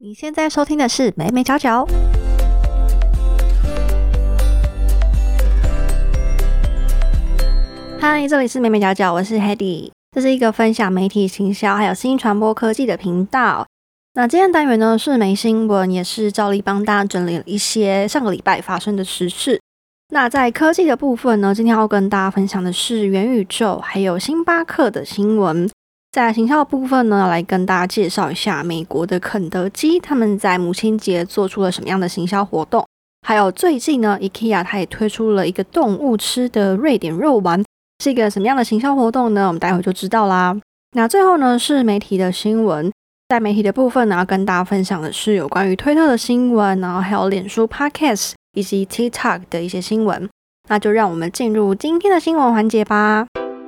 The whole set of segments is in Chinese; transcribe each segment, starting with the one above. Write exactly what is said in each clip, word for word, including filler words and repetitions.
你现在收听的是美美角角。嗨，这里是美美角角，我是 Hedy， 这是一个分享媒体行销还有新传播科技的频道。那今天的单元呢是没新闻，也是照例帮大家整理了一些上个礼拜发生的时事。那在科技的部分呢，今天要跟大家分享的是元宇宙还有星巴克的新闻。在行销的部分呢，来跟大家介绍一下美国的肯德基他们在母亲节做出了什么样的行销活动，还有最近呢 IKEA 它也推出了一个动物吃的瑞典肉丸，是一个什么样的行销活动呢？我们待会就知道啦。那最后呢是媒体的新闻，在媒体的部分呢，要跟大家分享的是有关于推特的新闻，然后还有脸书 Podcast 以及 TikTok 的一些新闻。那就让我们进入今天的新闻环节吧。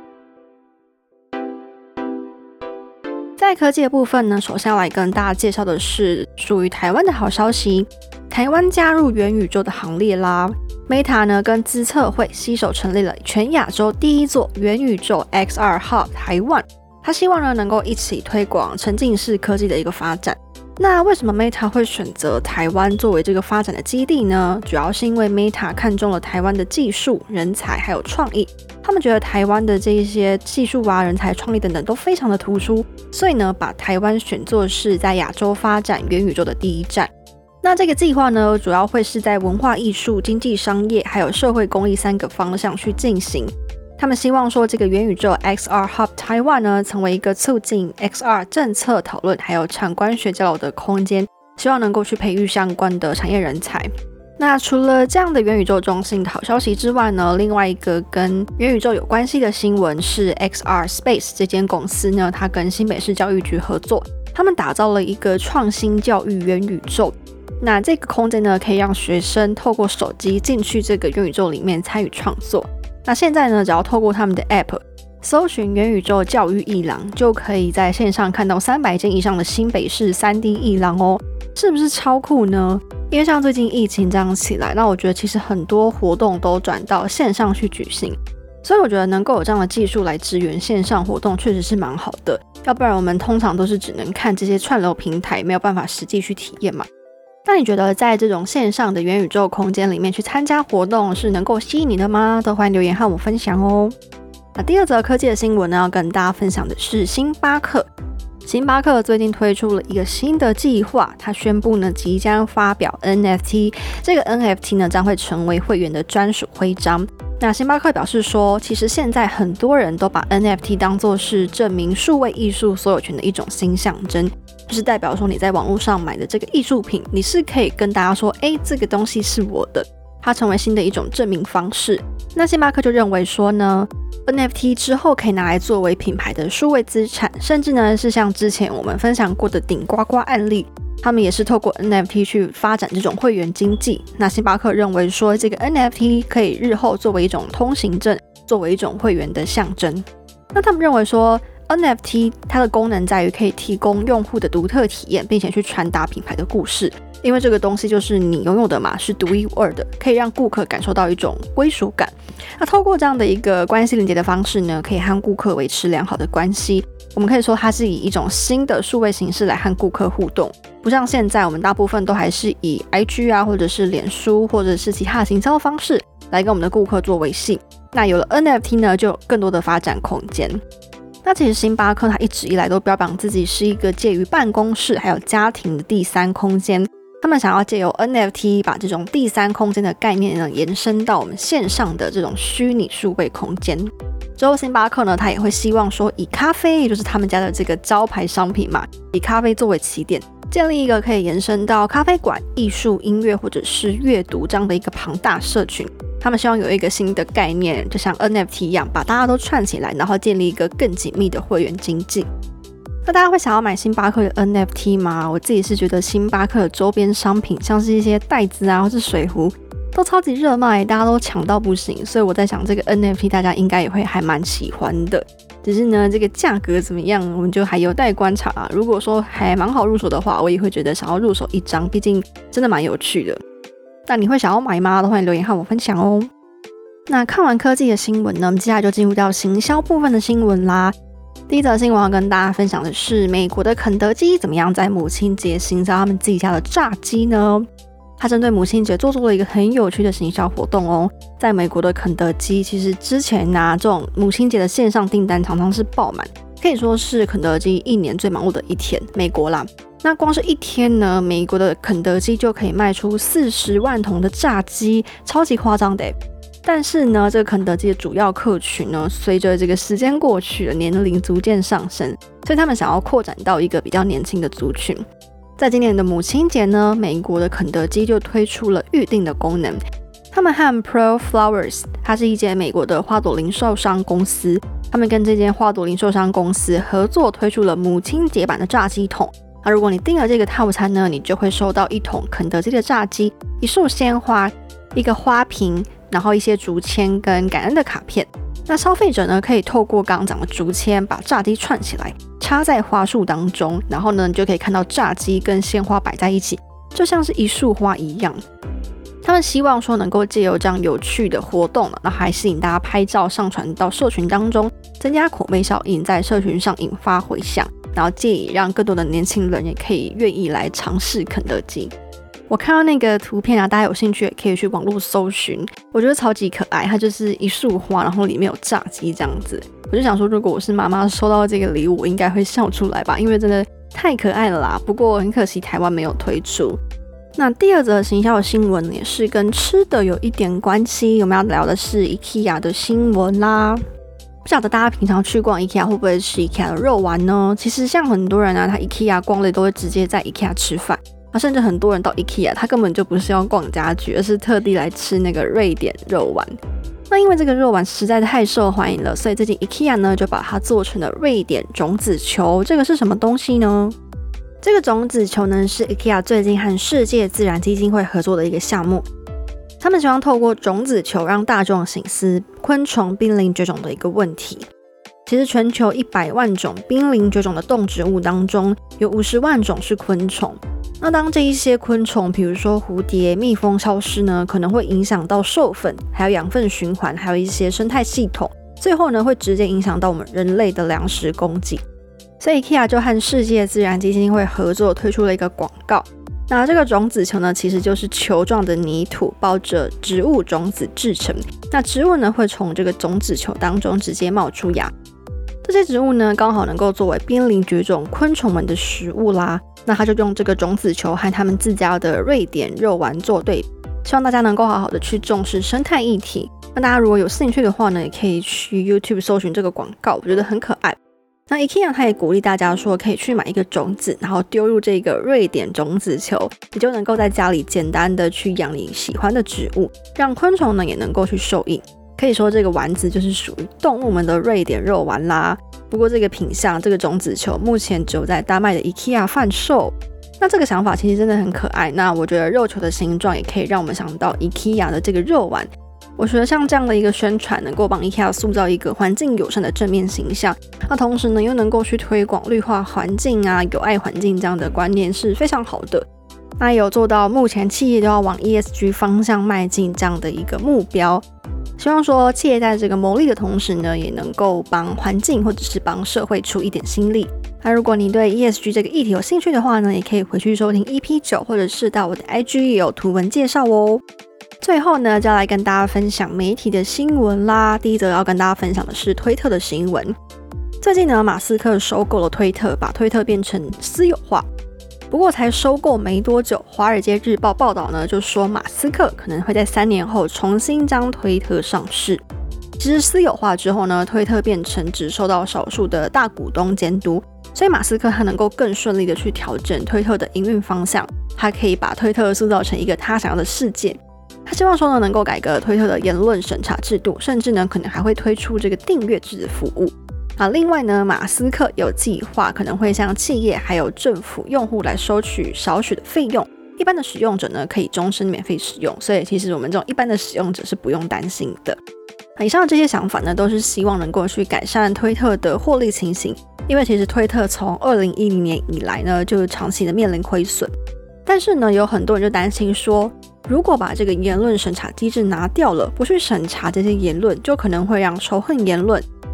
在科技的部分呢，首先要来跟大家介绍的是属于台湾的好消息，台湾加入元宇宙的行列啦。Meta 呢跟资策会携手成立了全亚洲第一座元宇宙 X R Hub 台湾，他希望呢能够一起推广沉浸式科技的一个发展。那为什么 Meta 会选择台湾作为这个发展的基地呢？主要是因为 Meta 看中了台湾的技术、人才还有创意，他们觉得台湾的这一些技术啊、人才、创意等等都非常的突出，所以呢把台湾选作是在亚洲发展元宇宙的第一站。那这个计划呢，主要会是在文化艺术、经济商业还有社会公益三个方向去进行。他们希望说这个元宇宙 X R Hub 台湾呢，成为一个促进 X R 政策讨论还有产官学交流的空间，希望能够去培育相关的产业人才。那除了这样的元宇宙中心的好消息之外呢，另外一个跟元宇宙有关系的新闻是 X R Space 这间公司呢，它跟新北市教育局合作，他们打造了一个创新教育元宇宙。那这个空间呢，可以让学生透过手机进去这个元宇宙里面参与创作。那现在呢，只要透过他们的 App 搜寻元宇宙教育艺廊，就可以在线上看到三百间以上的新北市 三 D 艺廊哦，是不是超酷呢？因为像最近疫情这样起来，那我觉得其实很多活动都转到线上去举行，所以我觉得能够有这样的技术来支援线上活动确实是蛮好的，要不然我们通常都是只能看这些串流平台，没有办法实际去体验嘛。那你觉得在这种线上的元宇宙空间里面去参加活动是能够吸引你的吗？都欢迎留言和我分享哦。那第二则科技的新闻呢，要跟大家分享的是星巴克。星巴克最近推出了一个新的计划，他宣布呢即将发表 N F T， 这个 N F T 呢将会成为会员的专属徽章。那星巴克表示说，其实现在很多人都把 N F T 当作是证明数位艺术所有权的一种新象征，就是代表说你在网络上买的这个艺术品，你是可以跟大家说，哎，这个东西是我的，它成为新的一种证明方式。那星巴克就认为说呢 N F T 之后可以拿来作为品牌的数位资产，甚至呢是像之前我们分享过的顶呱呱案例，他们也是透过 N F T 去发展这种会员经济。那星巴克认为说，这个 N F T 可以日后作为一种通行证，作为一种会员的象征。那他们认为说N F T 它的功能在于可以提供用户的独特体验，并且去传达品牌的故事，因为这个东西就是你拥有的嘛，是独一无二的，可以让顾客感受到一种归属感。那透过这样的一个关系连接的方式呢，可以和顾客维持良好的关系。我们可以说它是以一种新的数位形式来和顾客互动，不像现在我们大部分都还是以 I G 啊，或者是脸书，或者是其他的行销方式来跟我们的顾客做维系。那有了 N F T 呢，就有更多的发展空间。那其实星巴克它一直以来都标榜自己是一个介于办公室还有家庭的第三空间，他们想要借由 N F T 把这种第三空间的概念呢延伸到我们线上的这种虚拟数位空间。之后星巴克呢，他也会希望说以咖啡，也就是他们家的这个招牌商品嘛，以咖啡作为起点，建立一个可以延伸到咖啡馆、艺术、音乐或者是阅读这样的一个庞大社群。他们希望有一个新的概念，就像 N F T 一样，把大家都串起来，然后建立一个更紧密的会员经济。那大家会想要买星巴克的 N F T 吗？我自己是觉得星巴克的周边商品，像是一些袋子啊，或是水壶，都超级热卖，大家都抢到不行。所以我在想，这个 N F T 大家应该也会还蛮喜欢的。只是呢，这个价格怎么样，我们就还有待观察啊。如果说还蛮好入手的话，我也会觉得想要入手一张，毕竟真的蛮有趣的。那你会想要买吗？都欢迎留言和我分享哦。那看完科技的新闻呢，我们接下来就进入到行销部分的新闻啦。 第一则新闻要跟大家分享的是，美国的肯德基怎么样在母亲节行销他们自己家的炸鸡呢？它针对母亲节做出了一个很有趣的行销活动哦。在美国的肯德基，其实之前啊，这种母亲节的线上订单常常是爆满，可以说是肯德基一年最忙碌的一天。美国啦，那光是一天呢，美国的肯德基就可以卖出四十万桶的炸鸡，超级夸张的耶。但是呢，这个肯德基的主要客群呢，随着这个时间过去了，年龄逐渐上升，所以他们想要扩展到一个比较年轻的族群。在今年的母亲节呢，美国的肯德基就推出了预订的功能。他们和 Pro Flowers， 它是一间美国的花朵零售商公司，他们跟这间花朵零售商公司合作推出了母亲节版的炸鸡桶。那如果你订了这个套餐呢，你就会收到一桶肯德基的炸鸡、一束鲜花、一个花瓶，然后一些竹签跟感恩的卡片。那消费者呢，可以透过刚刚讲的竹签把炸鸡串起来，插在花束当中，然后呢，你就可以看到炸鸡跟鲜花摆在一起，就像是一束花一样。他们希望说能够借由这样有趣的活动，然后还吸引大家拍照上传到社群当中，增加口碑效应，在社群上引发回响，然后借以让更多的年轻人也可以愿意来尝试肯德基。我看到那个图片啊，大家有兴趣也可以去网络搜寻，我觉得超级可爱，它就是一束花，然后里面有炸鸡这样子。我就想说，如果我是妈妈收到这个礼物，我应该会笑出来吧，因为真的太可爱了啦。不过很可惜台湾没有推出。那第二则行销的新闻也是跟吃的有一点关系，我们要聊的是 IKEA 的新闻啦。不晓得大家平常去逛 IKEA 会不会吃 IKEA 的肉丸呢？其实像很多人啊，他 IKEA 逛累都会直接在 IKEA 吃饭。啊，甚至很多人到 IKEA， 他根本就不是要逛家具，而是特地来吃那个瑞典肉丸。那因为这个肉丸实在太受欢迎了，所以最近 IKEA 呢就把它做成了瑞典种子球。这个是什么东西呢？这个种子球呢是 IKEA 最近和世界自然基金会合作的一个项目。他们希望透过种子球让大众省思昆虫濒临绝种的一个问题。其实全球一百万种濒临绝种的动植物当中，有五十万种是昆虫。那当这一些昆虫，比如说蝴蝶、蜜蜂消失呢，可能会影响到授粉，还有养分循环，还有一些生态系统，最后呢会直接影响到我们人类的粮食供给。所以 IKEA 就和世界自然基金会合作推出了一个广告。那这个种子球呢，其实就是球状的泥土包着植物种子制成。那植物呢会从这个种子球当中直接冒出芽。这些植物呢，刚好能够作为濒临绝种昆虫们的食物啦。那他就用这个种子球和他们自家的瑞典肉丸做对比，希望大家能够好好的去重视生态议题。那大家如果有兴趣的话呢，也可以去 YouTube 搜寻这个广告，我觉得很可爱。那 IKEA 他也鼓励大家说，可以去买一个种子，然后丢入这个瑞典种子球，你就能够在家里简单的去养你喜欢的植物，让昆虫呢也能够去受益。可以说这个丸子就是属于动物们的瑞典肉丸啦。不过这个品项，这个种子球目前只有在丹麦的 IKEA 贩售。那这个想法其实真的很可爱。那我觉得肉球的形状也可以让我们想到 IKEA 的这个肉丸。我觉得像这样的一个宣传，能够帮 IKEA 塑造一个环境友善的正面形象，那同时呢又能够去推广绿化环境啊、有爱环境这样的观念是非常好的。那也有做到目前企业都要往 E S G 方向迈进这样的一个目标。希望说企业在这个牟利的同时呢，也能够帮环境或者是帮社会出一点心力。那如果你对 E S G 这个议题有兴趣的话呢，也可以回去收听 E P 九， 或者是到我的 I G 也有图文介绍哦。最后呢，就要来跟大家分享媒体的新闻啦。第一则要跟大家分享的是推特的新闻。最近呢，马斯克收购了推特，把推特变成私有化。不过才收购没多久，《华尔街日报》报道呢，就说马斯克可能会在三年后重新将推特上市。其实私有化之后呢，推特变成只受到少数的大股东监督，所以马斯克他能够更顺利的去调整推特的营运方向，他可以把推特塑造成一个他想要的世界。他希望说呢，能够改革推特的言论审查制度，甚至呢，可能还会推出这个订阅制的服务。啊，另外呢，马斯克有计划可能会向企业还有政府用户来收取少许的费用，一般的使用者呢可以终身免费使用，所以其实我们这种一般的使用者是不用担心的。以上的这些想法呢，都是希望能够去改善推特的获利情形，因为其实推特从二零一零年以来呢，就长期的面临亏损。但是呢，有很多人就担心说，如果把这个言论审查机制拿掉了，不去审查这些言论，就可能会让仇恨言论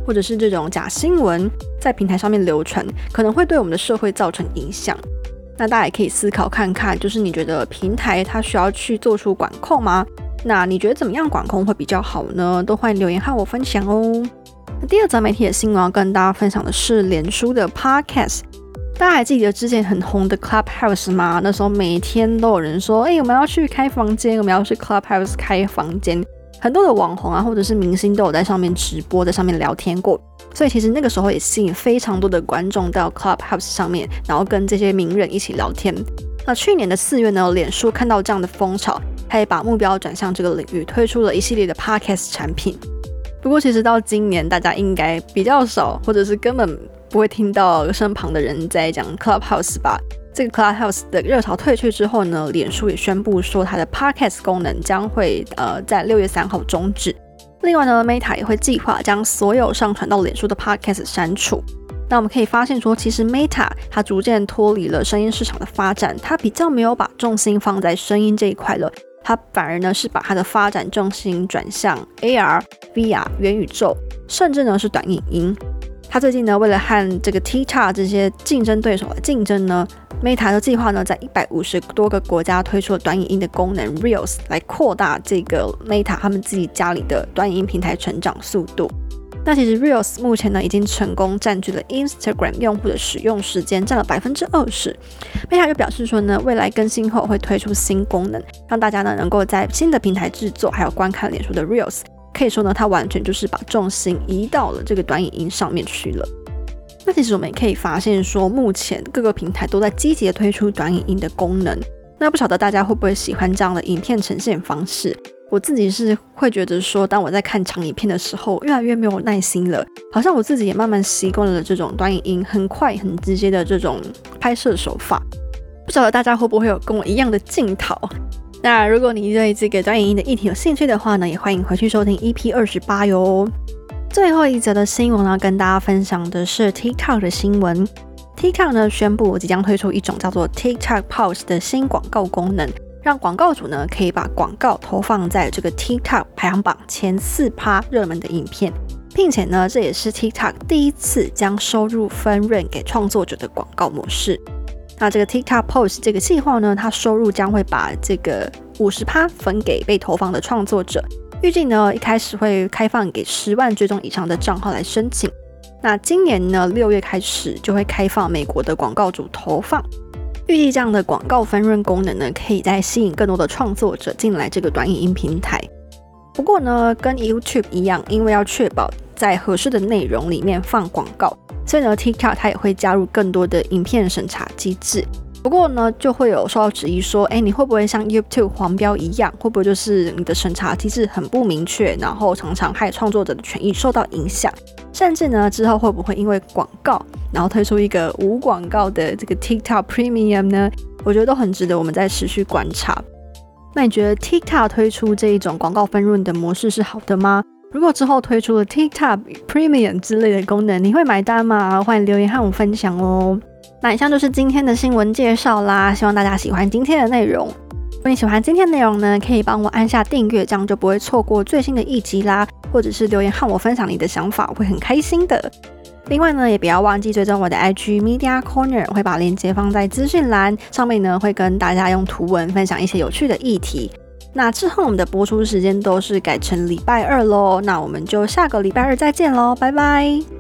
或者是这种假新闻在平台上面流传，可能会对我们的社会造成影响。那大家也可以思考看看，就是你觉得平台它需要去做出管控吗？那你觉得怎么样管控会比较好呢？都欢迎留言和我分享哦。那第二则媒体的新闻要跟大家分享的是脸书的 Podcast。大家还记得之前很红的 Clubhouse 吗？那时候每天都有人说，哎、欸，我们要去开房间，我们要去 Clubhouse 开房间。很多的网红啊，或者是明星都有在上面直播，在上面聊天过。所以其实那个时候也吸引非常多的观众到 Clubhouse 上面，然后跟这些名人一起聊天。那去年的四月呢，脸书看到这样的风潮，他也把目标转向这个领域，推出了一系列的 Podcast 产品。不过其实到今年，大家应该比较少，或者是根本不会听到身旁的人在讲 Clubhouse 吧。这个 Clubhouse 的热潮退去之后呢，脸书也宣布说它的 Podcast 功能将会呃在六月三号终止。另外呢 Meta 也会计划将所有上传到脸书的 Podcast 删除。那我们可以发现说，其实 Meta 它逐渐脱离了声音市场的发展，它比较没有把重心放在声音这一块了，它反而呢是把它的发展重心转向 A R、V R、元宇宙，甚至呢是短影音。他最近呢，为了和这个 TikTok 这些竞争对手来竞争呢 ，Meta 的计划呢，在一百五十多个国家推出了短影音的功能 Reels， 来扩大这个 Meta 他们自己家里的短影音平台成长速度。那其实 Reels 目前呢，已经成功占据了 Instagram 用户的使用时间，占了百分之二十。Meta 就表示说呢，未来更新后会推出新功能，让大家呢能够在新的平台制作还有观看脸书的 Reels。可以说呢，它完全就是把重心移到了这个短影音上面去了。那其实我们也可以发现说，目前各个平台都在积极的推出短影音的功能。那不晓得大家会不会喜欢这样的影片呈现方式？我自己是会觉得说，当我在看长影片的时候，越来越没有耐心了。好像我自己也慢慢习惯了这种短影音很快很直接的这种拍摄手法。不晓得大家会不会有跟我一样的镜头？那如果你对这个短影音的议题有兴趣的话呢，也欢迎回去收听 E P 二十八 哟。最后一则的新闻呢，跟大家分享的是 TikTok 的新闻。TikTok 呢宣布即将推出一种叫做 TikTok Pulse 的新广告功能，让广告主呢可以把广告投放在这个 TikTok 排行榜前 百分之四 热门的影片，并且呢这也是 TikTok 第一次将收入分润给创作者的广告模式。那这个 TikTok Pulse 这个计划呢，它收入将会把这个 百分之五十 分给被投放的创作者。预计呢，一开始会开放给十万追踪以上的账号来申请。那今年呢，六月开始就会开放美国的广告主投放。预计这样的广告分润功能呢，可以再吸引更多的创作者进来这个短影音平台。不过呢，跟 YouTube 一样，因为要确保在合适的内容里面放广告，所以呢 TikTok 它也会加入更多的影片审查机制。不过呢，就会有受到质疑说，哎，你会不会像 YouTube 黄标一样，会不会就是你的审查机制很不明确，然后常常害创作者的权益受到影响，甚至呢之后会不会因为广告，然后推出一个无广告的这个 TikTok Premium 呢？我觉得都很值得我们再持续观察。那你觉得 TikTok 推出这一种广告分润的模式是好的吗？如果之后推出了 TikTok Premium 之类的功能，你会买单吗？欢迎留言和我分享哦。那以上就是今天的新闻介绍啦，希望大家喜欢今天的内容。如果你喜欢今天的内容呢，可以帮我按下订阅，这样就不会错过最新的一集啦，或者是留言和我分享你的想法，我会很开心的。另外呢，也不要忘记追踪我的 I G Media Corner， 会把链接放在资讯栏上面呢，会跟大家用图文分享一些有趣的议题。那之后我们的播出时间都是改成礼拜二咯，那我们就下个礼拜二再见咯，拜拜。